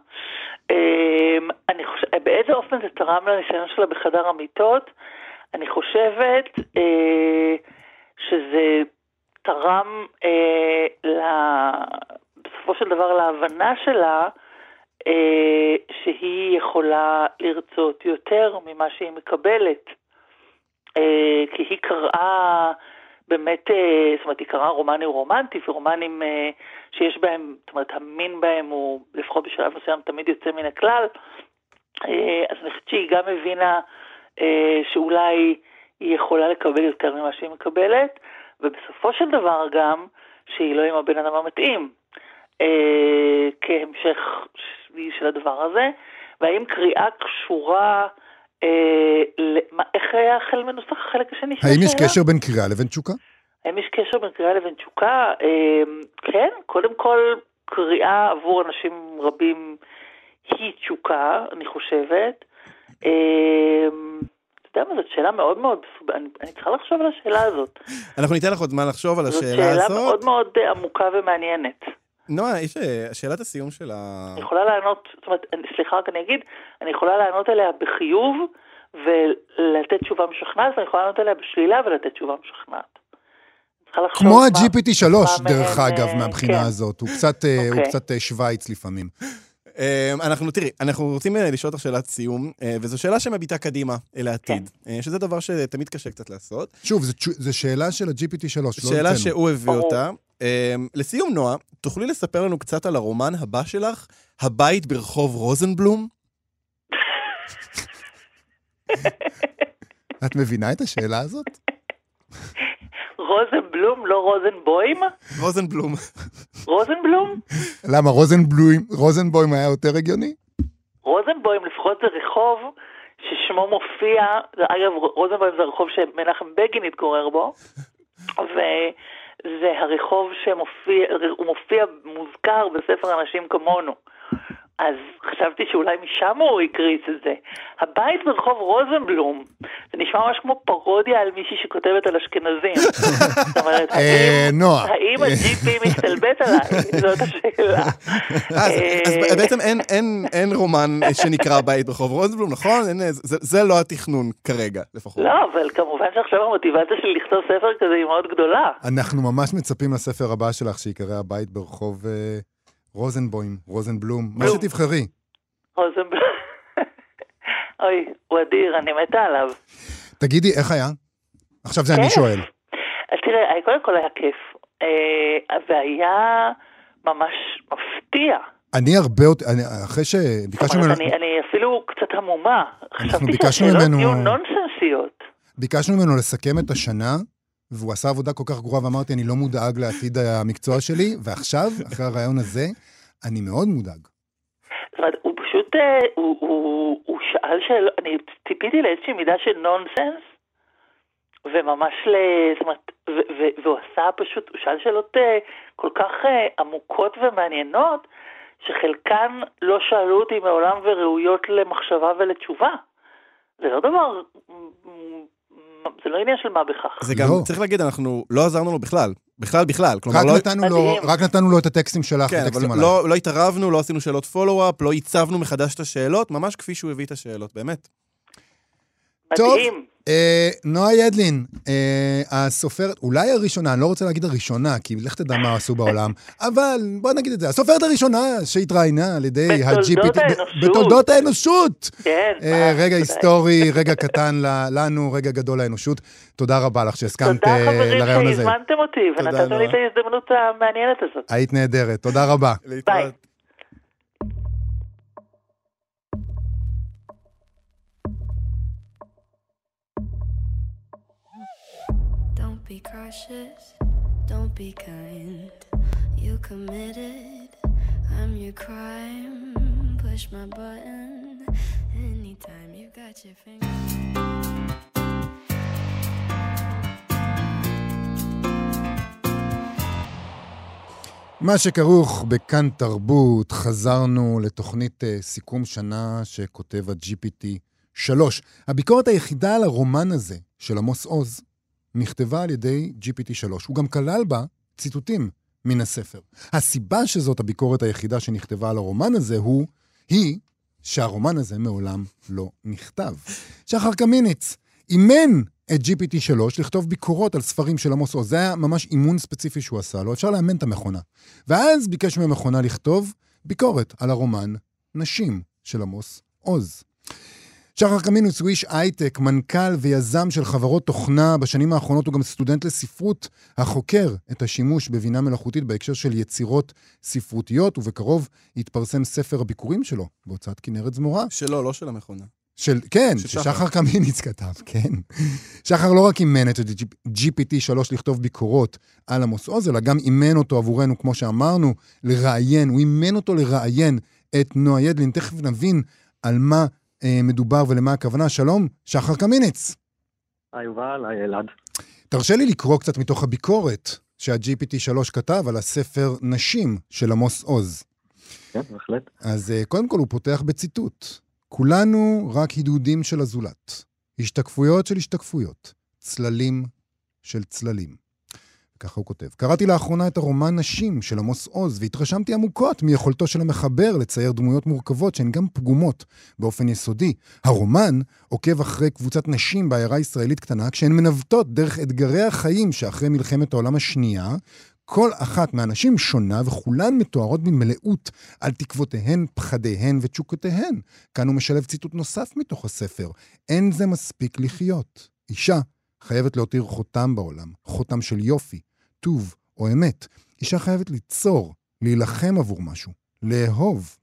באיזה אופן זה תרם לניסיון שלה בחדר המיטות? אני חושבת שזה תרם בסופו של דבר להבנה שלה שהיא יכולה לרצות יותר ממה שהיא מקבלת. כי היא קראה באמת, זאת אומרת, היא קראה רומנים רומנטיים ורומנים שיש בהם, זאת אומרת, המין בהם הוא לפחות בשלב מסוים תמיד יוצא מן הכלל. אז אני חושבת שהיא גם הבינה שאולי היא יכולה לקבל יותר ממה שהיא מקבלת, ובסופו של דבר גם שהיא לא עם הבן אדם המתאים כהמשך של הדבר הזה. והאם קריאה קשורה, איך היה החל מנוסח החלק השני של השאלה? האם יש קשר בין קריאה לבין תשוקה? האם יש קשר בין קריאה לבין תשוקה? כן, קודם כל קריאה עבור אנשים רבים היא תשוקה, אני חושבת. אתה יודע מה, זאת שאלה מאוד מאוד, אני צריכה לחשוב על השאלה הזאת. אנחנו ניתן לך עוד זמן לחשוב על השאלה הזאת. זאת שאלה מאוד מאוד עמוקה ומעניינת. נועה, יש שאלת הסיום של אני יכולה לענות, זאת אומרת, סליחה רק אני אגיד, אני יכולה לענות עליה בחיוב ולתת תשובה משכנעת, ואני יכולה לענות עליה בשלילה ולתת תשובה משכנעת. כמו ה-GPT-3 דרך אגב מהבחינה הזאת, הוא קצת שוויץ לפעמים. אנחנו רוצים לשאול אותך שאלת סיום, וזו שאלה שמביטה קדימה אל העתיד, שזה דבר שתמיד קשה קצת לעשות. שוב, זו שאלה של ה-GPT-3, שאלה שהוא הביא אותה. לסיום, נועה, תוכלי לספר לנו קצת על הרומן הבא שלך, הבית ברחוב רוזנבלום? את מבינה את השאלה הזאת? רוזנבלום, לא רוזנבוים? רוזנבלום. רוזנבלום? למה, רוזנבוים היה יותר הגיוני? רוזנבוים לפחות זה רחוב ששמו מופיע, אגב, רוזנבוים זה הרחוב שמנחם בגין התגורר בו, וזה הרחוב הוא מופיע מוזכר בספר אנשים כמונו. אז חשבתי שאולי משם הוא הקריץ את זה. הבית ברחוב רוזנבלום, זה נשמע ממש כמו פרודיה על מישהי שכותבת על אשכנזים. זאת אומרת, האם ה-GP מסתלבט עליי? זאת השאלה. אז בעצם אין רומן שנקרא בית ברחוב רוזנבלום, נכון? זה לא התכנון כרגע, לפחות. לא, אבל כמובן שעכשיו המוטיבציה שלי לכתוב ספר כזה היא מאוד גדולה. אנחנו ממש מצפים לספר הבא שלך שיקרא הבית ברחוב רוזנבלום, מה שתבחרי. רוזנבלום. אוי, הוא אדיר, אני מתה עליו. תגידי, איך היה? עכשיו זה אני שואל. אז תראה, קודם כל היה כיף, והיה ממש מפתיע. אני אחרי שביקשנו ממנו... אני אפילו קצת המומה. אנחנו ביקשנו ממנו... חשבתי שהשאלות יהיו נונסנסיות. ביקשנו ממנו לסכם את השנה, והוא עשה עבודה כל כך גרועה, ואמרתי, אני לא מודאג לעתיד המקצוע שלי, ועכשיו, אחרי הרעיון הזה, אני מאוד מודאג. זאת אומרת, הוא פשוט, הוא שאל אני ציפיתי לאיזושהי מידה של נונסנס, וממש זאת אומרת, והוא עשה פשוט, הוא שאל שאלות כל כך עמוקות ומעניינות, שחלקן לא שאלו אותי מעולם וראויות למחשבה ולתשובה. זה לא דבר... זה לא עניין של מה בכך. זה גם, צריך להגיד, אנחנו לא עזרנו לו בכלל. בכלל. רק נתנו לו את הטקסטים שלך, כן, אבל לא התערבנו, לא עשינו שאלות פולו-אפ, לא ייצבנו מחדש את השאלות, ממש כפי שהוא הביא את השאלות, באמת. טוב, נועה ידלין, הסופרת, אולי הראשונה, אני לא רוצה להגיד הראשונה, כי לך תדע מה עשו בעולם, אבל בוא נגיד את זה, הסופרת הראשונה שהתראיינה על ידי ה-GPT, בתולדות האנושות. כן. רגע היסטורי, רגע קטן לנו, רגע גדול לאנושות. תודה רבה לך שהסכמת לרעיון הזה. תודה חברים שהזמנתם אותי, ונתתם לי את ההזדמנות המעניינת הזאת. היית נהדרת, תודה רבה. ביי. Be cautious, don't be kind. You committed, I'm your crime. Push my button anytime you got your finger. מה שכרוך בכאן תרבות, חזרנו לתוכנית סיכום שנה שכותב ה-GPT-3. הביקורת היחידה על הרומן הזה של עמוס עוז נכתבה על ידי GPT-3. הוא גם כלל בה ציטוטים מן הספר. הסיבה שזאת הביקורת היחידה שנכתבה על הרומן הזה היא שהרומן הזה מעולם לא נכתב. שחר קמיניץ אימן את GPT-3 לכתוב ביקורות על ספרים של עמוס עוז. זה היה ממש אימון ספציפי שהוא עשה לו, אפשר לאמן את המכונה. ואז ביקש מהמכונה לכתוב ביקורת על הרומן נשים של עמוס עוז. שחר קמינוץ הוא איש הייטק, מנכ"ל ויזם של חברות תוכנה. בשנים האחרונות הוא גם סטודנט לספרות, החוקר את השימוש בבינה מלאכותית בהקשר של יצירות ספרותיות, ובקרוב יתפרסם ספר הביקורים שלו בהוצאת כנרת זמורה. שלו, לא של המכונה. כן, ששחר קמיניץ כתב, כן. שחר לא רק אימן את GPT-3 לכתוב ביקורות על עמוס עוז, אלא גם אימן אותו עבורנו, כמו שאמרנו, לראיין. הוא אימן אותו לראיין את נועה ידלין. תכף נבין על מה מדובר ולמה הכוונה. שלום, שחר קמיניץ. היי יובל, היי אלעד. תרשה לי לקרוא קצת מתוך הביקורת שה-GPT-3 כתב על הספר נשים של עמוס עוז. כן, בהחלט. אז קודם כל הוא פותח בציטוט. כולנו רק הידודים של הזולת, השתקפויות של השתקפויות, צללים של צללים. ככה הוא כותב. קראתי לאחרונה את הרומן נשים של עמוס עוז, והתרשמתי עמוקות מיכולתו של המחבר לצייר דמויות מורכבות שהן גם פגומות באופן יסודי. הרומן עוקב אחרי קבוצת נשים בעיירה ישראלית קטנה, כשהן מנווטות דרך אתגרי החיים שאחרי מלחמת העולם השנייה. כל אחת מהנשים שונה, וכולן מתוארות במלאות על תקוותיהן, פחדיהן ותשוקותיהן. כאן הוא משלב ציטוט נוסף מתוך הספר. אין זה מספיק לחיות. אישה חייבת להותיר חותם בעולם, חותם של יופי, טוב או אמת. אישה חייבת ליצור, להילחם עבור משהו, לאהוב.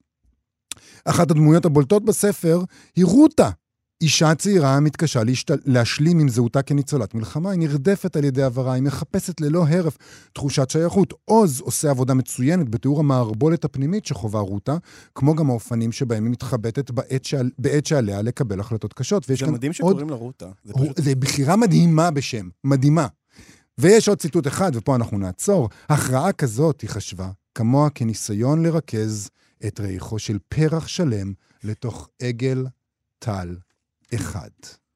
אחת הדמויות הבולטות בספר היא רותה. אישה צעירה המתקשה להשלים עם זהותה כניצולת מלחמה. היא נרדפת על ידי עברה, היא מחפשת ללא הרף תחושת שייכות. עוז עושה עבודה מצוינת בתיאור המערבולת הפנימית שחובה רותה, כמו גם האופנים שבהם היא מתחבטת בעת שעליה לקבל החלטות קשות. זה מדהים שקוראים לה רותה. זה בחירה מדהימה בשם, מדהימה. ויש עוד ציטוט אחד, ופה אנחנו נעצור. הכרעה כזאת, היא חשבה, כמוה כניסיון לרכז את ריחו של פרח שלם לתוך עגל טל אחד.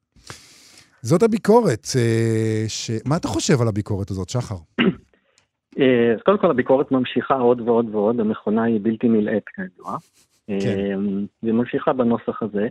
זאת הביקורת. מה אתה חושב על הביקורת הזאת, שחר? אז קודם כל הביקורת ממשיכה עוד ועוד ועוד, המכונה היא בלתי נלאית כידוע. וממשיכה בנוסח הזה.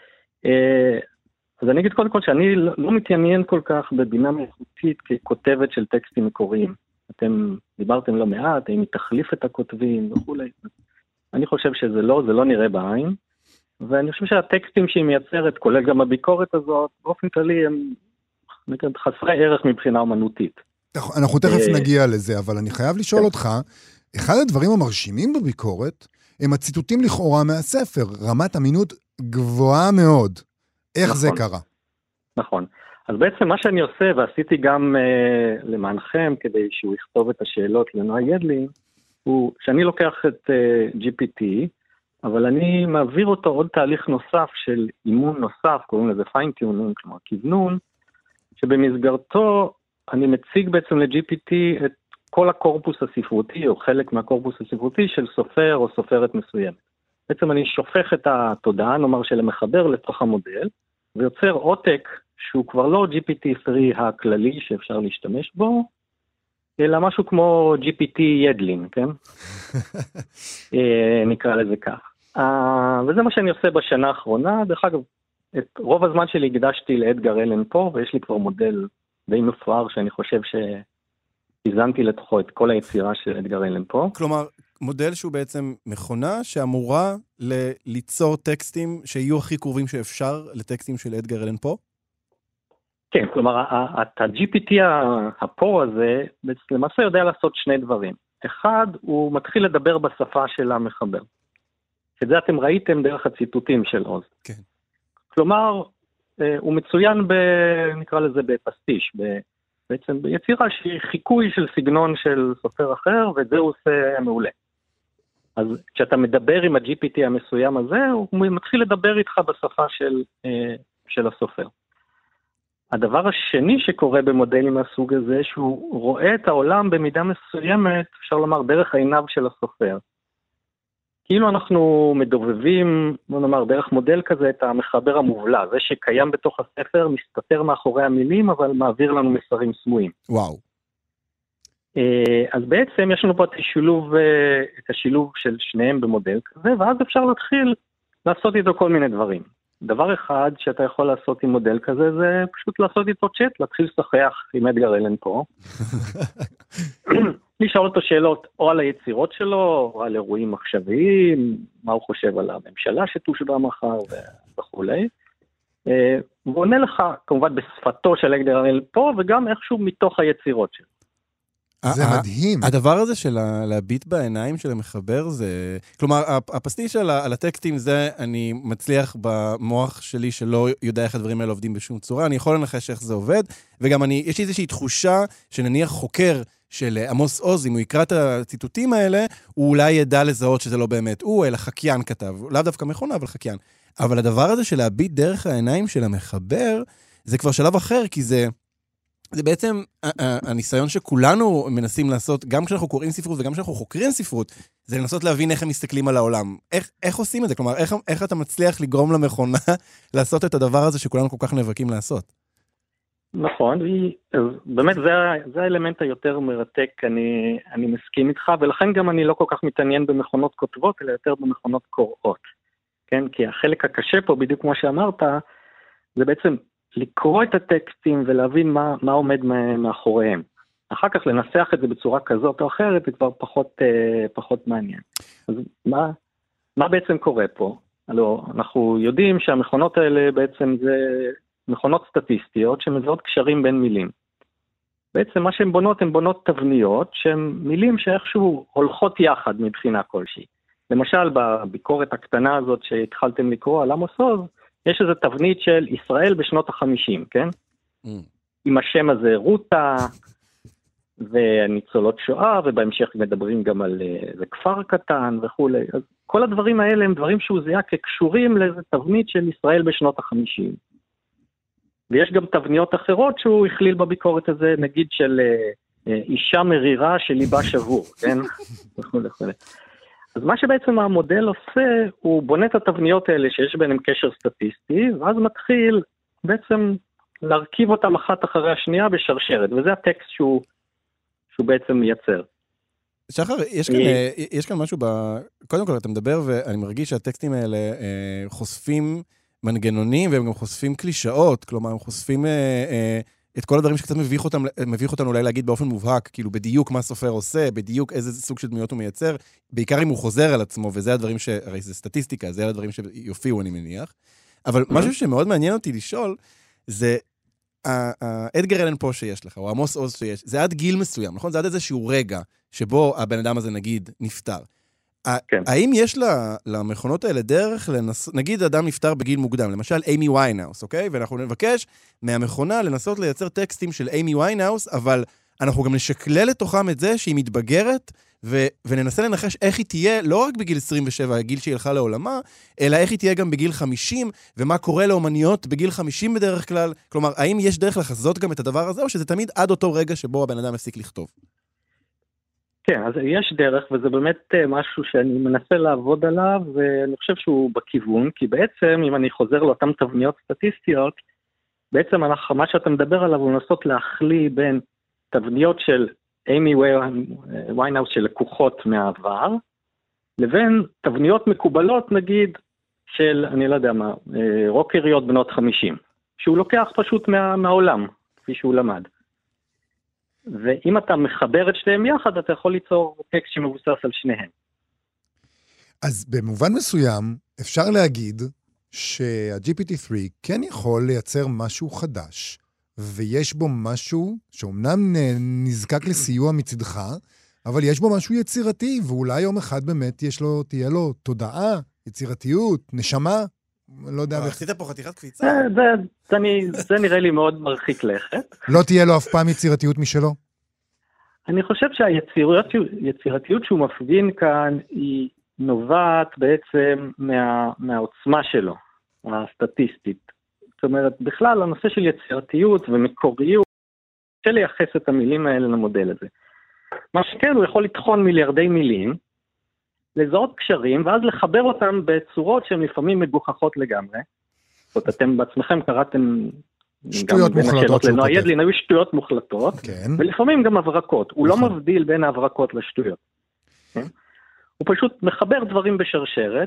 אז אני אגיד קודם כל שאני לא מתעניין כל כך בבינה מלאכותית ככותבת של טקסטים מקוריים. אתם דיברתם לא מעט, האם היא תחליף את הכותבים וכו'. אני חושב שזה לא נראה בעין. ואני חושב שהטקסטים שהיא מייצרת, כולל גם הביקורת הזאת, באופן כללי הם חסרי ערך מבחינה אומנותית. אנחנו תכף נגיע לזה, אבל אני חייב לשאול אותך, אחד הדברים המרשימים בביקורת, הם הציטוטים לכאורה מהספר, רמת אמינות גבוהה מאוד. איך זה קרה? נכון. אז בעצם מה שאני עושה, ועשיתי גם למענכם, כדי שהוא יכתוב את השאלות לנועה ידלין, הוא שאני לוקח את GPT, אבל אני מעביר אותו עוד תהליך נוסף של אימון נוסף, קוראים לזה fine-tuning, כלומר כיוונון, שבמסגרתו אני מציג בעצם ל-GPT את כל הקורפוס הספרותי, או חלק מהקורפוס הספרותי של סופר או סופרת מסוימת. בעצם אני שופך את התודעה, נאמר, של המחבר לתוך המודל, ויוצר עותק שהוא כבר לא GPT-3 הכללי שאפשר להשתמש בו, אלא משהו כמו GPT ידלין, כן? נקרא לזה כך. וזה מה שאני עושה בשנה האחרונה. דרך אגב, את רוב הזמן שלי הקדשתי לאדגר אלן פה, ויש לי כבר מודל די מפואר שאני חושב שהזנתי לתוכו את כל היצירה של אדגר אלן פה. כלומר, מודל שהוא בעצם מכונה שאמורה ליצור טקסטים שיהיו הכי קרובים שאפשר לטקסטים של אדגר אלן פה? כן, כלומר, ה-GPT הפו הזה למעשה יודע לעשות שני דברים. אחד, הוא מתחיל לדבר בשפה של המחבר. את זה אתם ראיתם דרך הציטוטים של עוז. כן. כלומר, הוא מצוין נקרא לזה בפסטיש, בעצם ביצירה שהיא חיקוי של סגנון של סופר אחר, ואת זה הוא עושה מעולה. אז כשאתה מדבר עם ה-GPT המסוים הזה, הוא מתחיל לדבר איתך בשפה של הסופר. הדבר השני שקורה במודלים מהסוג הזה, שהוא רואה את העולם במידה מסוימת, אפשר לומר, דרך עיניו של הסופר. כאילו אנחנו מדובבים, בוא נאמר, דרך מודל כזה, את המחבר המובלע, זה שקיים בתוך הספר, מסתתר מאחורי המילים, אבל מעביר לנו מסרים סמויים. וואו. אז בעצם יש לנו פה את השילוב של שניהם במודל כזה, ואז אפשר להתחיל לעשות איתו כל מיני דברים. דבר אחד שאתה יכול לעשות עם מודל כזה, זה פשוט לעשות איתו צ'אט, להתחיל לשחח עם אדגר אלן פה. לשאול אותו שאלות או על היצירות שלו, או על אירועים עכשוויים, מה הוא חושב על הממשלה שתושבע מחר וכו'. הוא עונה לך כמובן בשפתו של אדגר אלן פה, וגם איכשהו מתוך היצירות שלו. זה מדהים. הדבר הזה של להביט בעיניים של המחבר זה... כלומר, הפסטיש על הטקסטים זה, אני מצליח במוח שלי שלא יודע איך הדברים האלה עובדים בשום צורה, אני יכול לנחש איך זה עובד, וגם יש לי איזושהי תחושה שנניח חוקר של עמוס עוז, אם הוא יקרא את הציטוטים האלה, הוא אולי ידע לזהות שזה לא באמת הוא, אלא חקיין כתב. לאו דווקא מכונה, אבל חקיין. אבל הדבר הזה של להביט דרך העיניים של המחבר, זה כבר שלב אחר, כי זה בעצם הניסיון שכולנו מנסים לעשות, גם כשאנחנו קוראים ספרות וגם כשאנחנו חוקרים ספרות, זה לנסות להבין איך הם מסתכלים על העולם. איך עושים את זה? כלומר, איך אתה מצליח לגרום למכונה לעשות את הדבר הזה שכולנו כל כך נאבקים לעשות? נכון, באמת זה האלמנט היותר מרתק, אני מסכים איתך, ולכן גם אני לא כל כך מתעניין במכונות כותבות, אלא יותר במכונות קוראות. כן? כי החלק הקשה פה, בדיוק כמו שאמרת, זה בעצם לקרוא את הטקסטים ולהבין מה עומד מאחוריהם. אחר כך לנסח את זה בצורה כזאת או אחרת, זה כבר פחות מעניין. אז מה בעצם קורה פה? הלוא, אנחנו יודעים שהמכונות האלה בעצם זה מכונות סטטיסטיות שמזהות קשרים בין מילים. בעצם מה שהן בונות, הן בונות תבניות שהן מילים שאיכשהו הולכות יחד מבחינה כלשהי. למשל, בביקורת הקטנה הזאת שהתחלתם לקרוא על עמוס עוז, יש איזו תבנית של ישראל בשנות ה-50, כן? עם השם הזה רוטה, וניצולות שואה, ובהמשך מדברים גם על איזה כפר קטן וכו'. אז כל הדברים האלה הם דברים שהוא זיהה כקשורים לאיזו תבנית של ישראל בשנות ה-50. ויש גם תבניות אחרות שהוא הכליל בביקורת הזה, נגיד של אישה מרירה של ליבה שבור, כן? וכו'. אז מה שבעצם המודל עושה, הוא בונה את התבניות האלה שיש ביניהם קשר סטטיסטי, ואז מתחיל בעצם להרכיב אותם אחת אחרי השנייה בשרשרת, וזה הטקסט שהוא בעצם מייצר. שחר, יש כאן משהו קודם כל אתה מדבר, ואני מרגיש שהטקסטים האלה חושפים מנגנונים, והם גם חושפים קלישאות, כלומר, הם חושפים את כל הדברים שקצת מביך אותנו אולי להגיד באופן מובהק, כאילו בדיוק מה סופר עושה, בדיוק איזה סוג של דמויות הוא מייצר, בעיקר אם הוא חוזר על עצמו, וזה הדברים הרי זה סטטיסטיקה, זה הדברים שיופיעו, אני מניח. אבל משהו שמאוד מעניין אותי לשאול, זה אדגר אלן פה שיש לך, או עמוס עוז שיש, זה עד גיל מסוים, נכון? זה עד איזשהו רגע שבו הבן אדם הזה נגיד נפטר. האם יש למכונות האלה דרך נגיד אדם נפטר בגיל מוקדם, למשל אימי ויינהאוס, אוקיי? ואנחנו נבקש מהמכונה לנסות לייצר טקסטים של אימי ויינהאוס, אבל אנחנו גם נשקלל לתוכם את זה שהיא מתבגרת, וננסה לנחש איך היא תהיה, לא רק בגיל 27, הגיל שהיא הלכה לעולמה, אלא איך היא תהיה גם בגיל 50, ומה קורה לאומניות בגיל 50 בדרך כלל. כלומר, האם יש דרך לחזות גם את הדבר הזה, או שזה תמיד עד אותו רגע שבו הבן אדם הפסיק לכתוב? כן, אז יש דרך, וזה באמת משהו שאני מנסה לעבוד עליו, ואני חושב שהוא בכיוון, כי בעצם, אם אני חוזר לאותן תבניות סטטיסטיות, בעצם מה שאתה מדבר עליו הוא לנסות להחליא בין תבניות של אימי ויינהאוס שלקוחות מהעבר, לבין תבניות מקובלות, נגיד, של, אני לא יודע מה, רוקריות בנות 50, שהוא לוקח פשוט מהעולם, כפי שהוא למד. ואם אתה מחבר את שניהם יחד, אתה יכול ליצור טקסט שמבוסס על שניהם. אז במובן מסוים, אפשר להגיד שה-GPT-3 כן יכול לייצר משהו חדש, ויש בו משהו שאומנם נזקק לסיוע מצדך, אבל יש בו משהו יצירתי, ואולי יום אחד באמת תהיה לו תודעה, יצירתיות, נשמה, לא יודע... עשית פה חתיכת קפיצה. זה נראה לי מאוד מרחיק לכת. לא תהיה לו אף פעם יצירתיות משלו? אני חושב שהיצירתיות שהוא מפגין כאן, היא נובעת בעצם מהעוצמה שלו, הסטטיסטית. זאת אומרת, בכלל, הנושא של יצירתיות ומקוריות, קשה לייחס את המילים האלה למודל הזה. מה שכן, הוא יכול לטחון מיליארדי מילים, לזהות קשרים, ואז לחבר אותם בצורות שהן לפעמים מגוחכות לגמרי. זאת אומרת, אתם בעצמכם קראתם... שטויות מוחלטות שהוא כותב. היו שטויות מוחלטות, כן. ולפעמים גם הברקות. הוא לא מבדיל בין ההברקות לשטויות. כן? הוא פשוט מחבר דברים בשרשרת,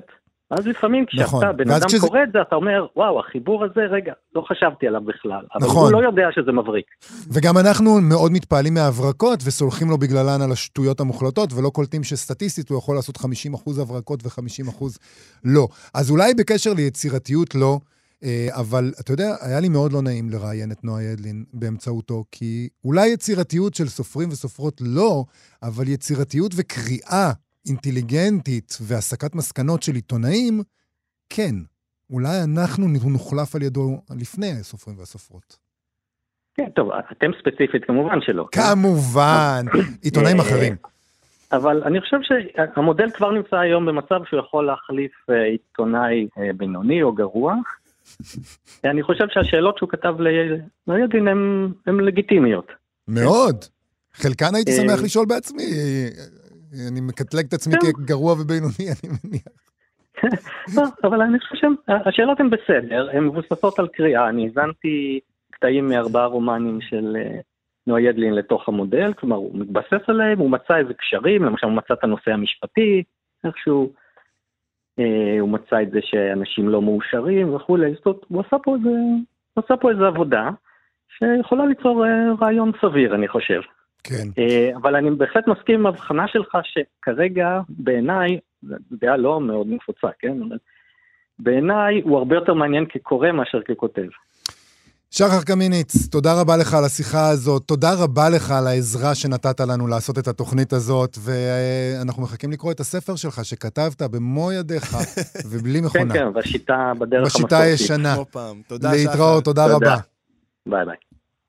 אז לפעמים כשאתה בן אדם קורא את זה, אתה אומר, וואו, החיבור הזה, רגע, לא חשבתי עליו בכלל. אבל הוא לא יודע שזה מבריק. וגם אנחנו מאוד מתפעלים מההברקות, וסולחים לו בגללן על השטויות המוחלטות, ולא קולטים שסטטיסטית הוא יכול לעשות 50% הברקות ו50% לא. אז אולי בקשר ליצירתיות לא, אבל אתה יודע, היה לי מאוד לא נעים לראיין את נועה ידלין באמצעותו, כי אולי יצירתיות של סופרים וסופרות לא, אבל יצירתיות וקריאה אינטליגנטית והסקת מסקנות של עיתונאים, כן. אולי אנחנו נוחלף על ידו לפני הסופרים והסופרות. כן, טוב, אתם ספציפית כמובן שלא. כמובן, עיתונאים אחרים. אבל אני חושב שהמודל כבר נמצא היום במצב שהוא יכול להחליף עיתונאי בינוני או גרוע. אני חושב שהשאלות שהוא כתב לידלין הן לגיטימיות. מאוד. חלקן הייתי שמח לשאול בעצמי. אני מקטלג את עצמי כגרוע ובינוני, אני מניח. אבל אני חושב שהשאלות הן בסדר, הן מבוססות על קריאה. אני הזנתי קטעים מ4 רומנים של נועה ידלין לתוך המודל, כלומר הוא מתבסס עליהם, הוא מצא איזה קשרים, למשל הוא מצא את הנושא המשפטי, איכשהו, הוא מצא את זה שאנשים לא מאושרים וכו'. זאת אומרת, הוא עשה פה איזו עבודה שיכולה ליצור רעיון סביר, אני חושב. כן. אבל אני בהחלט מסכים עם ההבחנה שלך שכרגע בעיניי, זה דעה לא מאוד נפוצה, כן? אבל בעיניי הוא הרבה יותר מעניין כקורא מאשר ככותב. שחר קמיניץ, תודה רבה לך על השיחה הזאת, תודה רבה לך על העזרה שנתת לנו לעשות את התוכנית הזאת, ואנחנו מחכים לקרוא את הספר שלך שכתבת במו ידיך ובלי מכונה. כן, בשיטה בדרך המסורתית. בשיטה הישנה. להתראות, תודה רבה. ביי ביי.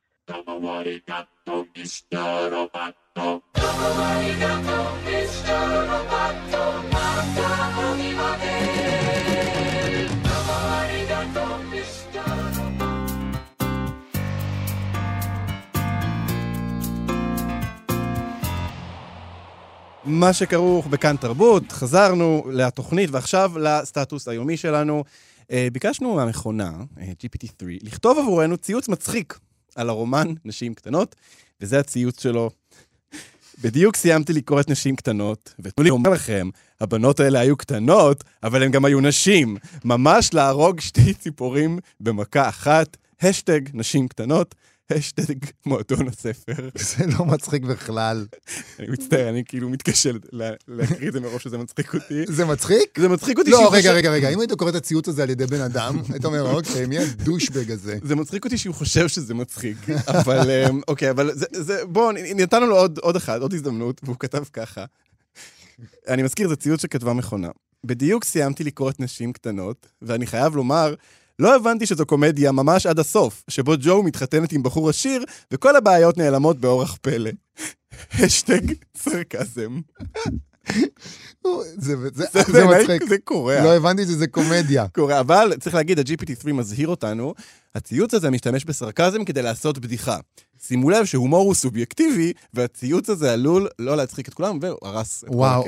מה שכרוך בכאן תרבות, חזרנו לתוכנית ועכשיו לסטטוס היומי שלנו. ביקשנו מהמכונה, GPT-3, לכתוב עבורנו ציוץ מצחיק על הרומן נשים קטנות, וזה הציוץ שלו. בדיוק סיימתי לקרוא את נשים קטנות, ותנו לי אומר לכם, הבנות האלה היו קטנות, אבל הן גם היו נשים. ממש להרוג 2 ציפורים במכה אחת, השטג נשים קטנות, השטג מועדון הספר. זה לא מצחיק בכלל. אני מצטער, אני כאילו מתקשה להקריא את זה מראש שזה מצחיק אותי. זה מצחיק? זה מצחיק אותי. לא, רגע. אם היית קורא את הציוץ הזה על ידי בן אדם, היית אומר, אוקיי, מי הדושבג הזה? זה מצחיק אותי שהוא חושב שזה מצחיק. אבל, אוקיי, אבל בואו, נתנו לו עוד הזדמנות, והוא כתב ככה. אני מזכיר, זה ציוץ שכתבה מכונה. בדיוק סיימתי לקרוא את נשים קטנות, ואני חייב לומר, לא הבנתי שזו קומדיה ממש עד הסוף, שבו ג'ו מתחתנת עם בחור עשיר, וכל הבעיות נעלמות באורח פלא. השטג סרקזם. זה מצחיק. זה קורא. לא הבנתי שזה קומדיה. קורא, אבל צריך להגיד, ה-GPT-3 מזהיר אותנו, הציוץ הזה משתמש בסרקזם כדי לעשות בדיחה. שימו לב שהומור הוא סובייקטיבי, והציוץ הזה עלול לא להצחיק את כולם, והוא הרס את כל הכיף. וואו,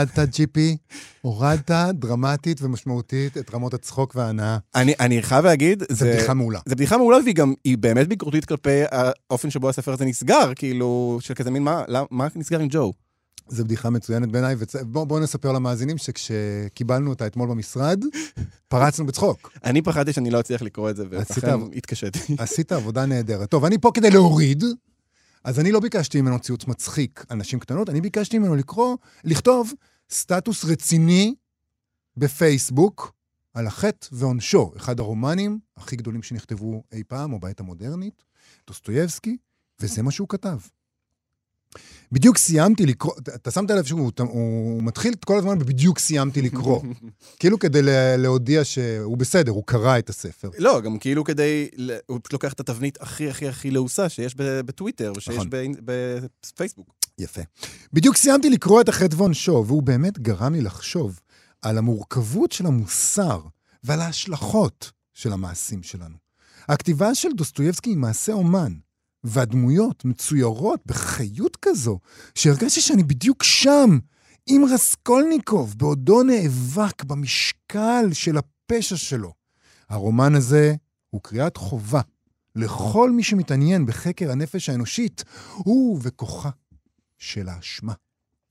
הורדת דרמטית ומשמעותית את רמות הצחוק וההנאה. אני חייב להגיד, זה בדיחה מעולה. זה בדיחה מעולה, והיא באמת ביקורתית כלפי האופן שבו הספר הזה נסגר, כאילו, של כזה מין, מה נסגר עם ג'ו? זה בדיחה מצוינת בעיניי, ובואו נספר למאזינים שכשקיבלנו אותה אתמול במשרד, פרצנו בצחוק. אני פחדתי שאני לא אצליח לקרוא את זה, ולכן התקשתי. עשית עבודה נהדרת. טוב, אני פה כדי להוריד, אז אני לא ביקשתי ממנו ציוץ מצחיק על נשים קטנות, אני ביקשתי ממנו לכתוב סטטוס רציני בפייסבוק, על החטא ועונשו, אחד הרומנים הכי גדולים שנכתבו אי פעם, או בעת המודרנית, דוסטויבסקי, וזה מה שהוא כתב. בדיוק סיימתי לקרוא, אתה שמת לב שהוא מתחיל כל הזמן בדיוק סיימתי לקרוא. כאילו כדי להודיע שהוא בסדר, הוא קרא את הספר. לא, גם כאילו כדי, הוא פשוט לוקח את התבנית הכי לעוסה שיש בטוויטר, ושיש בפייסבוק. יפה. בדיוק סיימתי לקרוא את החטא ועונשו, והוא באמת גרם לי לחשוב על המורכבות של המוסר, ועל ההשלכות של המעשים שלנו. הכתיבה של דוסטויבסקי היא מעשה אומן, והדמויות מצוירות בחיות כזו, שהרגשתי שאני בדיוק שם, עם רסקולניקוב, בעודו נאבק במשקל של הפשע שלו. הרומן הזה הוא קריאת חובה לכל מי שמתעניין בחקר הנפש האנושית, ובכוחה של האשמה.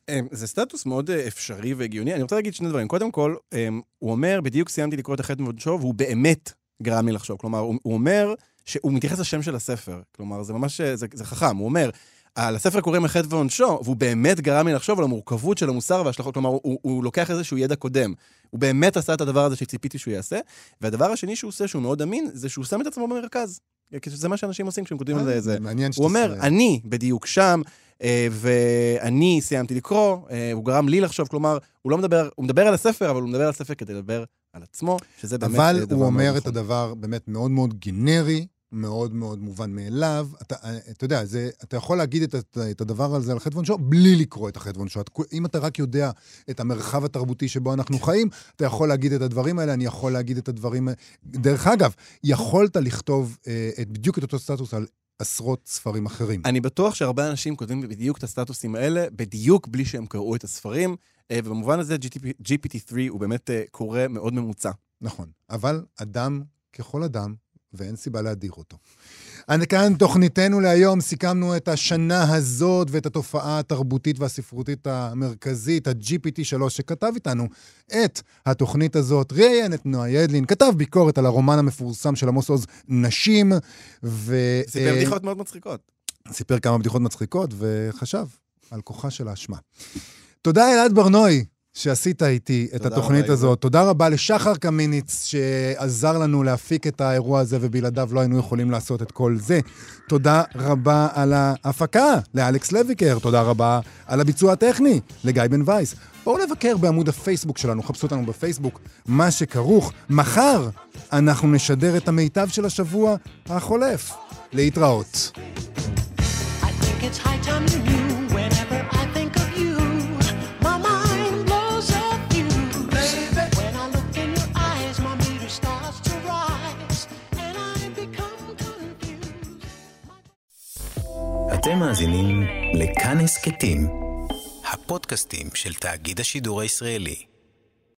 זה סטטוס מאוד אפשרי והגיוני. אני רוצה להגיד שני דברים. קודם כל, הוא אומר, בדיוק סיימתי לקרוא את החטא ועונשו, והוא באמת גרם לי לחשוב. כלומר, הוא אומר שהוא מתייחס לשם של הספר. כלומר, זה ממש, זה חכם. הוא אומר, על הספר קוראים החטא ועונשו, והוא באמת גרם לי לחשוב על המורכבות של המוסר וההשלכות. כלומר, הוא לוקח איזשהו ידע קודם. הוא באמת עשה את הדבר הזה שציפיתי שהוא יעשה. והדבר השני שהוא עושה, שהוא מאוד אמין, זה שהוא שם את עצמו במרכז. כי זה מה שאנשים עושים כשהם כותבים על זה. הוא אומר, אני בדיוק שם, ואני סיימתי לקרוא, הוא גרם לי לחשוב, כלומר, הוא מדבר על הספר, אבל הוא מדבר על הספר כדי לדבר על עצמו, שזה באמת דבר מאוד נכון. אבל הוא אומר את הדבר באמת מאוד מאוד גנרי, מאוד מאוד מובן מאליו. אתה יודע, אתה יכול להגיד את הדבר הזה על החטא ועונשו, בלי לקרוא את החטא ועונשו. אם אתה רק יודע את המרחב התרבותי שבו אנחנו חיים, אתה יכול להגיד את הדברים האלה, אני יכול להגיד את הדברים... דרך אגב, יכולת לכתוב בדיוק את אותו סטטוס על עשרות ספרים אחרים. אני בטוח שהרבה אנשים כותבים בדיוק את הסטטוסים האלה, בדיוק בלי שהם קראו את הספרים, ובמובן הזה GPT-3 הוא באמת קורא מאוד ממוצע. נכון, אבל אדם ככל אדם, ואין סיבה להדיר אותו. כאן תוכניתנו להיום, סיכמנו את השנה הזאת ואת התופעה התרבותית והספרותית המרכזית, ה-GPT-3, שכתב איתנו את התוכנית הזאת, ראיין את נועה ידלין, כתב ביקורת על הרומן המפורסם של עמוס עוז, נשים, סיפר בדיחות מאוד מצחיקות. סיפר כמה בדיחות מצחיקות, וחשב על כוחה של האשמה. תודה אלעד ברנוי, שעשית איתי את התוכנית הזאת. תודה רבה לשחר קמיניץ, שעזר לנו להפיק את האירוע הזה, ובלעדיו לא היינו יכולים לעשות את כל זה. תודה רבה על ההפקה, לאלכס לויקר. תודה רבה על הביצוע הטכני, לגיא בן וייס. בואו לבקר בעמוד הפייסבוק שלנו, חפשו אותנו בפייסבוק, מה שכרוך. מחר אנחנו נשדר את המיטב של השבוע החולף. להתראות. I think it's high time you knew whenever I think of you. אתם מאזינים לכאן הסכתים, הפודקאסטים של תאגיד השידור הישראלי.